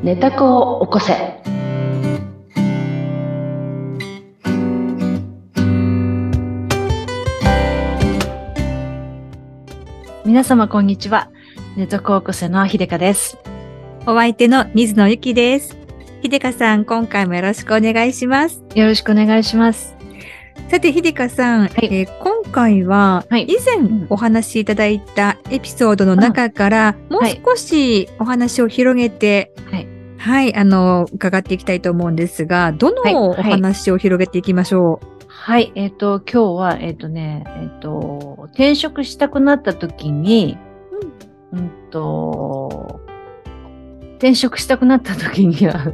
寝た子を起こせ。皆様こんにちは。寝た子を起こせのひでかです。 お相手の水野ゆきです。ひでかさん、今回もよろしくお願いします。 よろしくお願いします。 さて、ひでかさん、今回は、以前お話しいただいたエピソードの中から、もう少しお話を広げて、伺っていきたいと思うんですが、どのお話を広げていきましょう？ はい、今日は、転職したくなった時に、転職したくなった時には、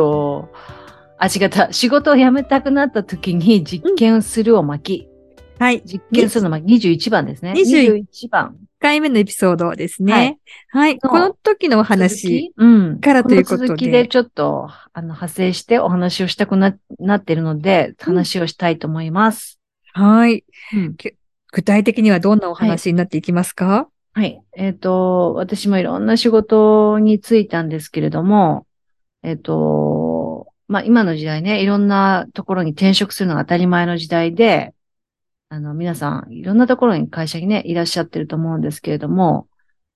仕事を辞めたくなった時に実験するを巻き。実験するの巻き、21番ですね。21番。 1回目のエピソードですね。はい。この時のお話からということで。 この続きでちょっと、派生してお話をしたくなっているので、話をしたいと思います。 はい。具体的にはどんなお話になっていきますか？ はい。私もいろんな仕事に就いたんですけれども、今の時代ね、いろんなところに転職するのが当たり前の時代で、皆さん、いろんなところに会社にね、いらっしゃってると思うんですけれども、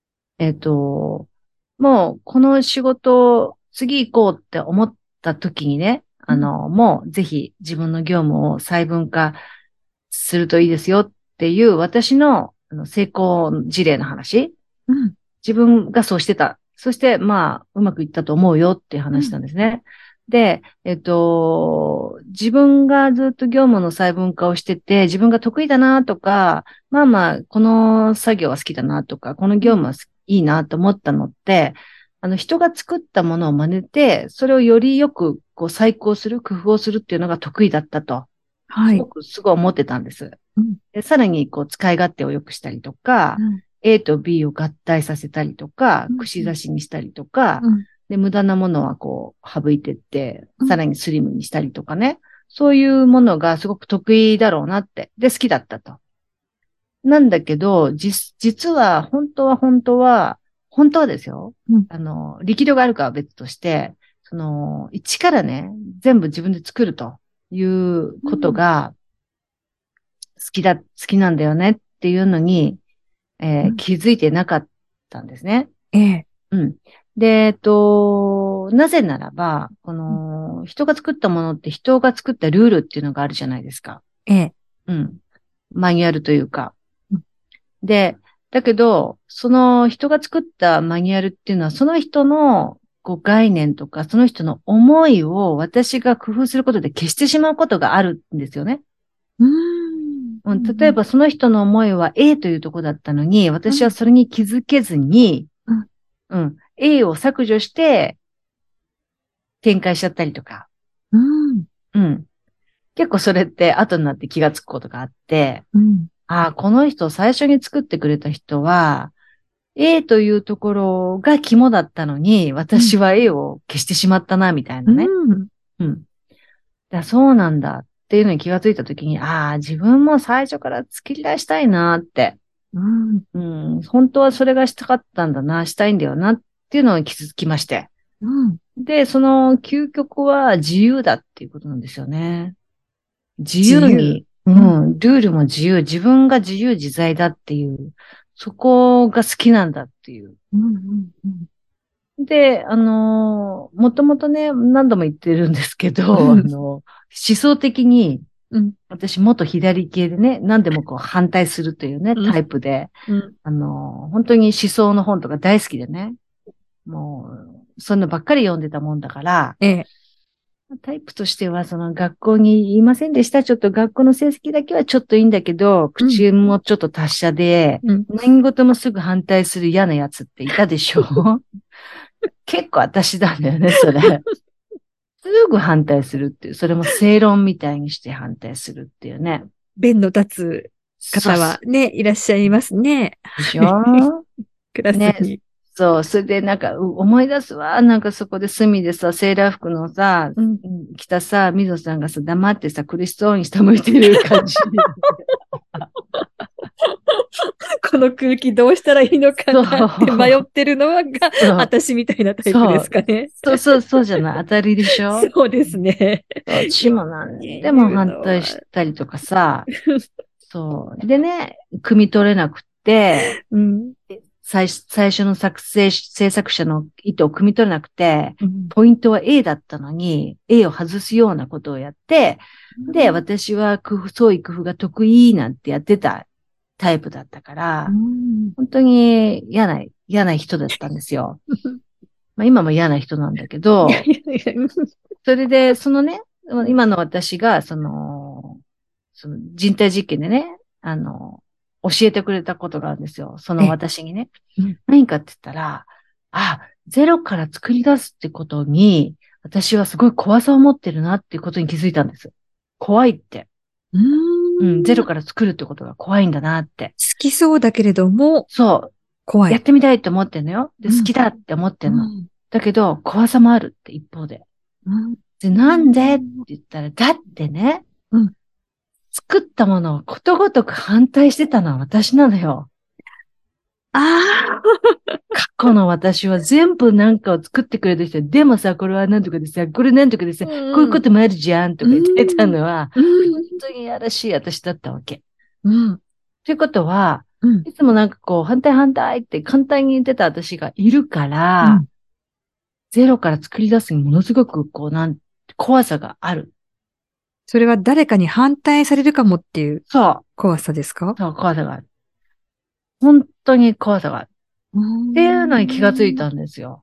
もう、この仕事、次行こうって思った時にね、もう、ぜひ自分の業務を細分化するといいですよっていう、私の成功事例の話、自分がそうしてた。そして、うまくいったと思うよっていう話なんですね。で、自分がずっと業務の細分化をしてて、自分が得意だなとか、この作業は好きだなとか、この業務はいいなと思ったのって、人が作ったものを真似て、それをよりよく再考する、工夫をするっていうのが得意だったと。すごい思ってたんです。でさらに、使い勝手を良くしたりとか、A と B を合体させたりとか、串刺しにしたりとか、で、無駄なものは省いてって、さらにスリムにしたりとかね。そういうものがすごく得意だろうなって。で、好きだったと。なんだけど、実は、本当はですよ。力量があるかは別として、一からね、全部自分で作るということが、好きなんだよねっていうのに、気づいてなかったんですね。で、なぜならば、人が作ったものって人が作ったルールっていうのがあるじゃないですか。マニュアルというか。で、だけど、その人が作ったマニュアルっていうのは、その人の概念とか、その人の思いを私が工夫することで消してしまうことがあるんですよね。例えばその人の思いは A というところだったのに、私はそれに気づけずに、A を削除して展開しちゃったりとか。結構それって後になって気がつくことがあって、この人最初に作ってくれた人は、A というところが肝だったのに、私は A を消してしまったな、みたいなね。そうなんだっていうのに気がついたときに、自分も最初から作り出したいなって。本当はそれがしたかったんだな、したいんだよなっていうのに気づきまして。で、その究極は自由だっていうことなんですよね。自由に、ルールも自由、自分が自由自在だっていう、そこが好きなんだっていう。で、もともとね、何度も言ってるんですけど、思想的に、私元左系でね、何でも反対するというね、タイプで、本当に思想の本とか大好きでね、もう、そんなばっかり読んでたもんだから、タイプとしては、学校に言いませんでした。ちょっと学校の成績だけはちょっといいんだけど、口もちょっと達者で、何事もすぐ反対する嫌なやつっていたでしょ結構私なんだよね、それ。すぐ反対するっていう。それも正論みたいにして反対するっていうね。 弁の立つ方はね、いらっしゃいますね。 でしょクラスに。 ね、そう。それで思い出すわ。そこで隅でさ、セーラー服のさ、着たさ、水野さんがさ、黙ってさ、苦しそうに下向いてる感じ。 この空気どうしたらいいのかなって迷ってるのが、私みたいなタイプですかね。 そうじゃない。当たりでしょ。 そうですね。 私もなんでも反対したりとかさ。そう。でね、汲み取れなくて、 うん、 最初の制作者の意図を汲み取れなくて、ポイントは A だったのに、A を外すようなことをやって、で、私は創意工夫が得意なんてやってたタイプだったから、本当に嫌な人だったんですよ。まあ今も嫌な人なんだけど、それで、そのね、今の私が、その人体実験でね、教えてくれたことがあるんですよ。その私にね。何かって言ったら、ゼロから作り出すってことに、私はすごい怖さを持ってるなっていうことに気づいたんです。怖いって。ゼロから作るってことが怖いんだなって。 好きそうだけれども、 そう。 怖い。 やってみたいって思ってんのよ。で、好きだって思ってんの。だけど、怖さもあるって一方で。で、なんでって言ったら、だってね、作ったものをことごとく反対してたのは私なのよ。過去の私は全部なんかを作ってくれる人でもさ、これはなんとかでさ、これなんとかでさ、こういうこともあるじゃんとか言ってたのは、本当にやらしい私だったわけ。ということは、いつもなんかこう、反対って簡単に言ってた私がいるから、ゼロから作り出すにものすごく怖さがある。 それは誰かに反対されるかもっていう怖さですか？ そう、怖さがある。本当に怖さがある。っていうのに気がついたんですよ。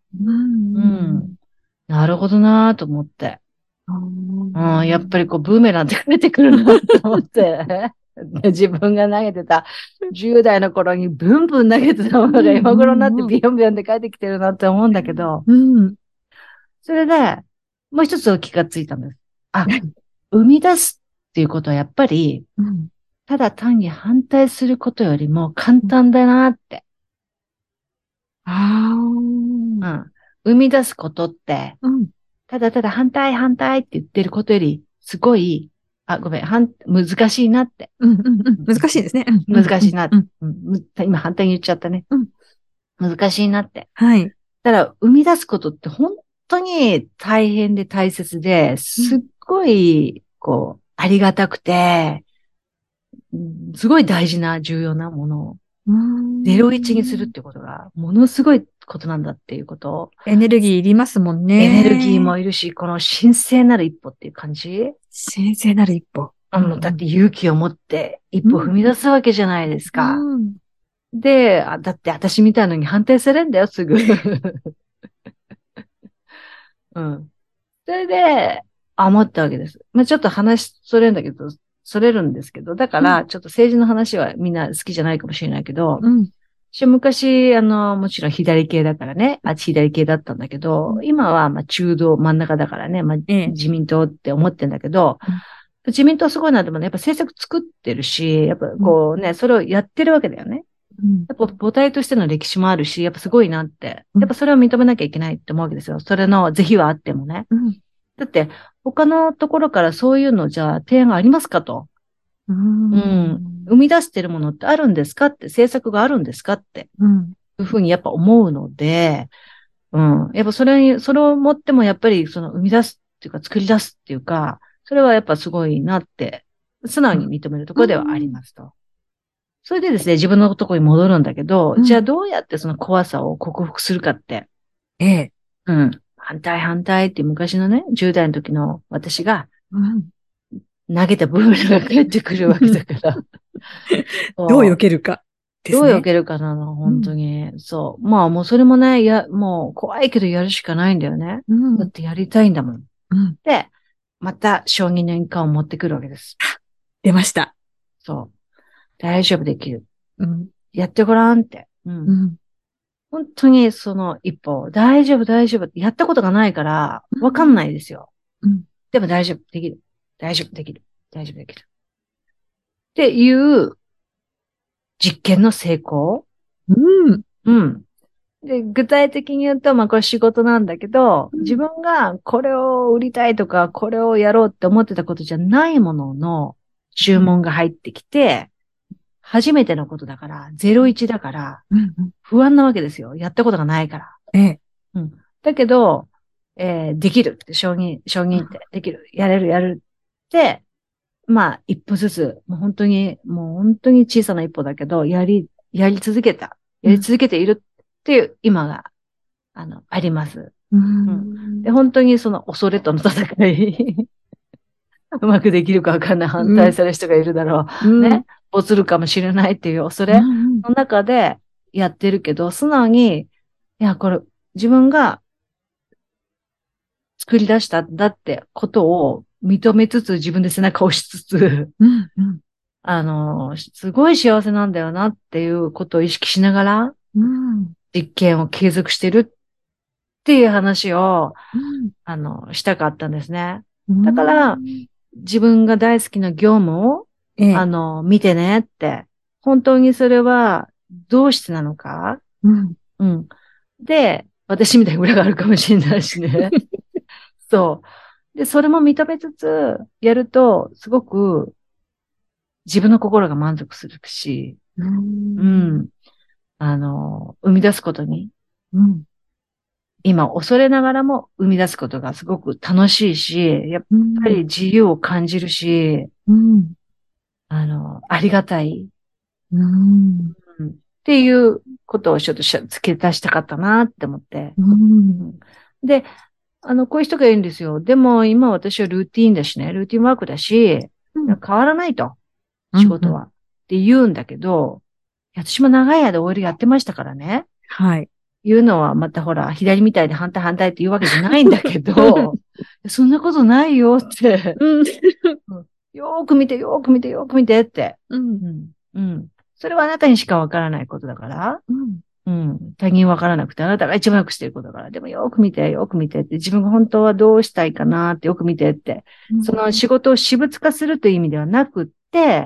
なるほどなと思って。やっぱりこうブーメランって帰ってくるなと思って。自分が投げてた10代の頃にブンブン投げてたものが今頃になってビヨンビヨンで帰ってきてるなって思うんだけど、それでもう一つ気がついたんです。生み出すっていうことはやっぱり、ただ単に反対することよりも簡単だなって。生み出すことって、ただただ反対って言ってることより、すごい、ごめん、難しいなって。 難しいですね。 難しいなって。今反対に言っちゃったね。難しいなって。 はい。 だから、生み出すことって本当に大変で大切で、すっごい、こう、ありがたくて、すごい大事な重要なものを、01にするってことが、ものすごいことなんだっていうことを。 エネルギーいりますもんね。 エネルギーもいるし、この神聖なる一歩っていう感じ？ 神聖なる一歩。 だって勇気を持って一歩踏み出すわけじゃないですか。で、だって私みたいのに反対されるんだよ、すぐ。それで、思ったわけです。ちょっと話それるんですけど、だから、ちょっと政治の話はみんな好きじゃないかもしれないけど、昔、もちろん左系だからね、左系だったんだけど、今は、中道真ん中だからね、自民党って思ってんだけど、自民党すごいなでもね、やっぱ政策作ってるし、やっぱこうね、それをやってるわけだよね。やっぱ母体としての歴史もあるし、やっぱすごいなって。やっぱそれを認めなきゃいけないって思うわけですよ。それの是非はあってもね。だって、他のところからそういうのじゃあ提案ありますかと。生み出してるものってあるんですかって、政策があるんですかって。いうふうにやっぱ思うので、やっぱそれをもってもやっぱりその生み出すっていうか作り出すっていうか、それはやっぱすごいなって、素直に認めるところではありますと。それでですね、自分のところに戻るんだけど、じゃあどうやってその怖さを克服するかって。反対って昔のね、10代の時の私が、投げたブーメランが返ってくるわけだから。 どう避けるかですね。 どう避けるかなの、本当に。そう。もうそれもね、もう怖いけどやるしかないんだよね。だってやりたいんだもん。で、また将棋の印鑑を持ってくるわけです。 出ました。 そう。大丈夫できる。やってごらんって。本当にその一歩、大丈夫ってやったことがないから、わかんないですよ。でも大丈夫、できる。大丈夫、できる。っていう実験の成功。で、具体的に言うと、これ仕事なんだけど、自分がこれを売りたいとか、これをやろうって思ってたことじゃないものの注文が入ってきて、 初めてのことだから、01だから、不安なわけですよ。やったことがないから。うん。だけど、できるって、承認ってできる。やれる、やるって、まあ、一歩ずつ、もう本当に小さな一歩だけど、やり続けた。やり続けているっていう、今が、あります。で、本当にその恐れとの戦い、うまくできるかわかんない反対される人がいるだろう。ね。没るかもしれないっていう恐れの中でやってるけど、素直に、いや、これ、自分が作り出したんだってことを認めつつ、自分で背中を押しつつ、すごい幸せなんだよなっていうことを意識しながら、実験を継続してるっていう話を、したかったんですね。だから、自分が大好きな業務を、見てねって、本当にそれはどうしてなのか、で、私みたいに裏があるかもしれないしね。そう。で、それも認めつつ、やると、すごく、自分の心が満足するし、生み出すことに、今恐れながらも生み出すことがすごく楽しいし、やっぱり自由を感じるし、ありがたい、っていうことをちょっと付け足したかったなって思って。で、こういう人がいるんですよ。でも今私はルーティーンだしね、ルーティンワークだし、変わらないと、仕事は。って言うんだけど、私も長い間 OL やってましたからね。 はい。 言うのはまたほら、左みたいで反対って言うわけじゃないんだけど、そんなことないよって。よーく見てって。それはあなたにしかわからないことだから。他人わからなくて、あなたが一番よくしてることだから。でもよーく見てって、自分が本当はどうしたいかなってよく見てって。その仕事を私物化するという意味ではなくって、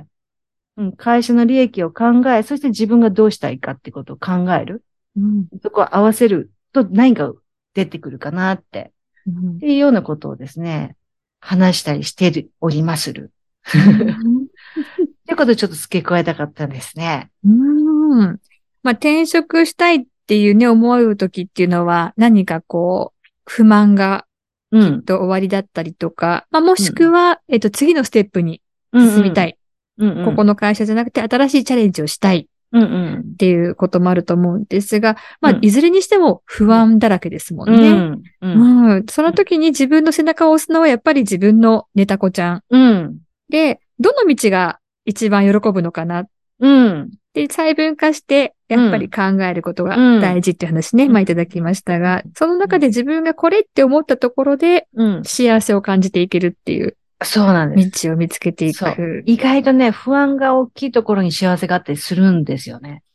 会社の利益を考え、そして自分がどうしたいかってことを考える。そこを合わせると何が出てくるかなって、っていうようなことをですね、話したりしておりまする。っていうことをちょっと付け加えたかったんですね。 まあ、転職したいっていうね、思うときっていうのは、何かこう、不満がきっと終わりだったりとか、まあ、もしくは、次のステップに進みたい。ここの会社じゃなくて新しいチャレンジをしたい。っていうこともあると思うんですが、まあ、いずれにしても不安だらけですもんね。その時に自分の背中を押すのはやっぱり自分のネタ子ちゃん。で、どの道が一番喜ぶのかな。で、細分化して、やっぱり考えることが大事っていう話ね、まあいただきましたが、その中で自分がこれって思ったところで、幸せを感じていけるっていう。 そうなんです。 道を見つけていく。 意外とね、不安が大きいところに幸せがあったりするんですよね。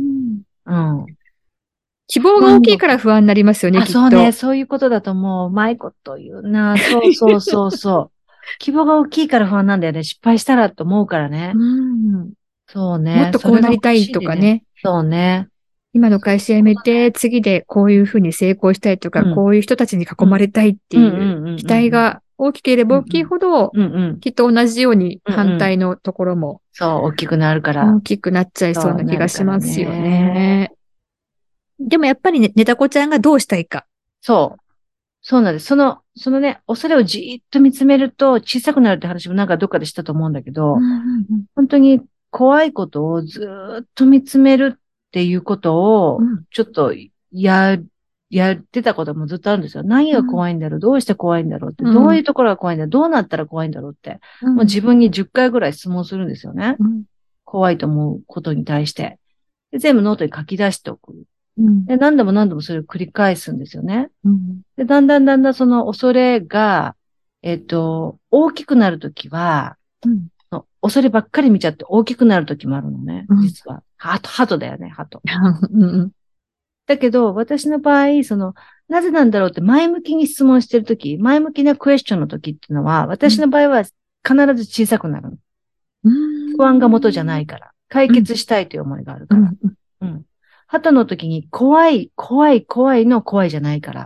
希望が大きいから不安になりますよね、きっと。 そうね、そういうことだと思う。うまいこと言うな。そう。希望が大きいから不安なんだよね。失敗したらと思うからね。そうね。 もっとこうなりたいとかね。 そうね。 今の会社辞めて、次でこういうふうに成功したいとか、こういう人たちに囲まれたいっていう期待が大きければ大きいほど、きっと同じように反対のところも、 大きくなるから。 大きくなっちゃいそうな気がしますよね。でもやっぱりね、ネタ子ちゃんがどうしたいか。 そうなんです。そのね、恐れをじーっと見つめると小さくなるって話もなんかどっかでしたと思うんだけど、本当に怖いことをずーっと見つめるっていうことを、ちょっとやってたこともずっとあるんですよ。何が怖いんだろう、どうして怖いんだろうって、どういうところが怖いんだろう、どうなったら怖いんだろうって、もう自分に10回ぐらい質問するんですよね。怖いと思うことに対して。で全部ノートに書き出しておく。で何度もそれを繰り返すんですよね。でだんだんその恐れが、大きくなるときは、恐ればっかり見ちゃって大きくなるときもあるのね、実は。鳩だよね、鳩。だけど、私の場合、なぜなんだろうって前向きに質問してるとき、前向きなクエスチョンのときっていうのは、私の場合は必ず小さくなる。不安が元じゃないから。解決したいという思いがあるから。鳩の時に怖いの怖いじゃないから。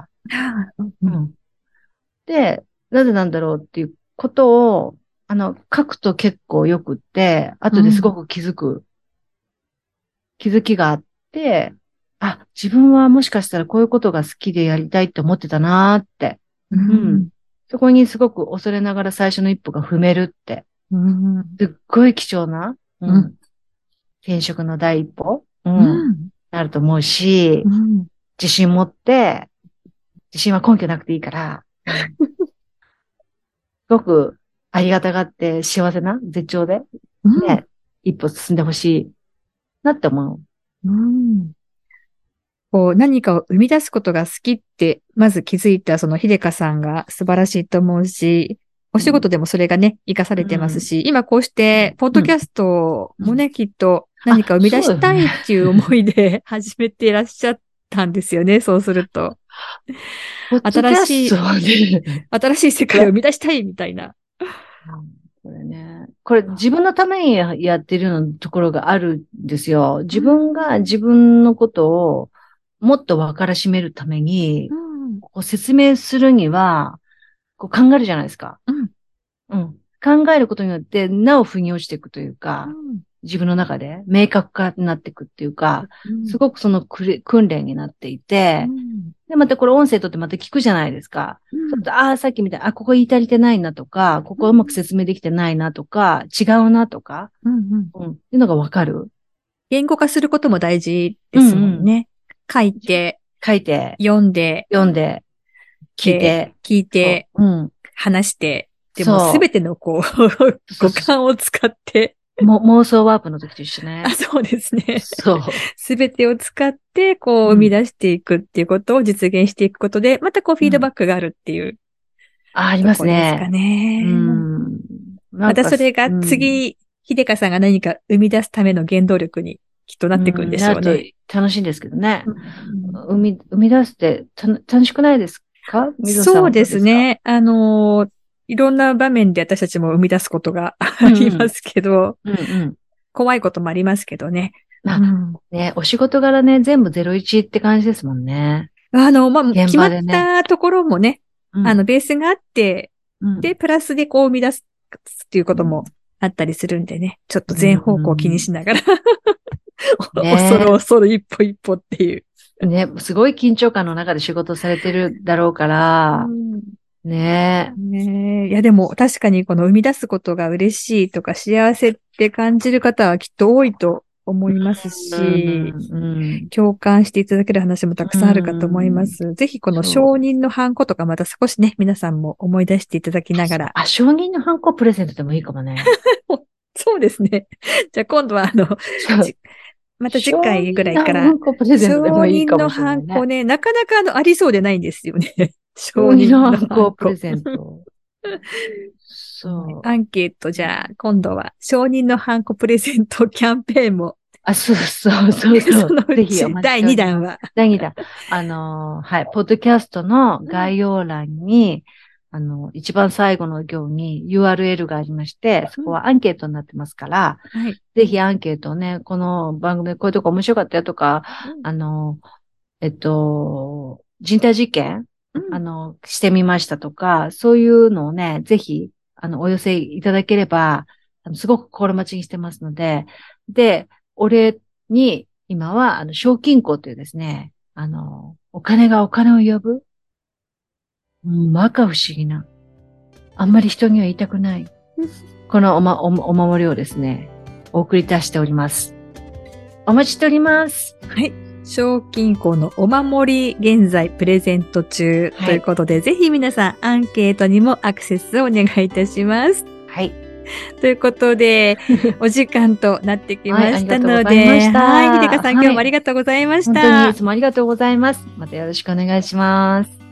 で、なぜなんだろうっていうことを、書くと結構よくって、後ですごく気づく気づきがあって、あ、自分はもしかしたらこういうことが好きでやりたいって思ってたなーって。うん。そこにすごく恐れながら最初の一歩が踏めるって。すっごい貴重な、転職の第一歩、なると思うし、自信持って、自信は根拠なくていいから、すごくありがたがって幸せな絶頂で、ね、一歩進んでほしいなって思う。 こう何かを生み出すことが好きって、まず気づいたその秀香さんが素晴らしいと思うし、お仕事でもそれがね、活かされてますし、今こうして、ポッドキャストもね、きっと何か生み出したいっていう思いで始めていらっしゃったんですよね、そうすると。新しい世界を生み出したいみたいな。 これね。これ自分のためにやってるようなところがあるんですよ。自分が自分のことをもっと分からしめるために、こう説明するには、こう考えるじゃないですか。考えることによって、なお腑に落ちていくというか、自分の中で明確化になっていくっていうか、すごくその訓練になっていて、で、またこれ音声とってまた聞くじゃないですか。さっきみたいに、ここ言い足りてないなとか、ここうまく説明できてないなとか、違うなとか、っていうのがわかる。 言語化することも大事ですもんね。書いて、読んで、聞いて、話して、でもすべてのこう、五感を使って、 妄想ワープの時と一緒ね。 そうですね。 そう。 すべてを使って、こう、生み出していくっていうことを実現していくことで、またこう、フィードバックがあるっていう。 ありますね。 ですかね。またそれが次、秀香さんが何か生み出すための原動力にきっとなっていくんでしょうね。 なると楽しいんですけどね。生み出すって楽しくないですか？ そうですね。いろんな場面で私たちも生み出すことがありますけど、怖いこともありますけどね。 ね、お仕事柄ね、全部01って感じですもんね。 決まったところもね、ベースがあって、で、プラスでこう生み出すっていうこともあったりするんでね、ちょっと全方向を気にしながら、恐る一歩一歩っていう。 ね、すごい緊張感の中で仕事されてるだろうから、ねえ。いやでも確かにこの生み出すことが嬉しいとか幸せって感じる方はきっと多いと思いますし、共感していただける話もたくさんあるかと思います。ぜひこの承認のハンコとかまた少しね、皆さんも思い出していただきながら。 承認のハンコプレゼントでもいいかもね。 そうですね。じゃあ今度はまた次回ぐらいから、 承認のハンコプレゼントでもいいかもしれない、 承認のハンコね、なかなかありそうでないんですよね。 承認のハンコプレゼント。 そう。アンケートじゃあ、今度は承認のハンコプレゼントキャンペーンも。 そう。 そのうち第2弾は。 第2弾。はい。ポッドキャストの概要欄に、一番最後の行に URL がありまして、そこはアンケートになってますから、ぜひアンケートをね、この番組でこういうとこ面白かったよとか、人体実験してみましたとか、そういうのをね、ぜひ、お寄せいただければ、すごく心待ちにしてますので、で、お礼に、今は、賞金庫というですね、お金がお金を呼ぶ、摩訶不思議な、あんまり人には言いたくない、このお守りをですね、お送り出しております。お待ちしております。 はい。賞金庫のお守り現在プレゼント中ということで、ぜひ皆さんアンケートにもアクセスをお願いいたします。 はい。 ということで、お時間となってきましたので、秀香さん今日もありがとうございました。 本当にいつもありがとうございます。またよろしくお願いします。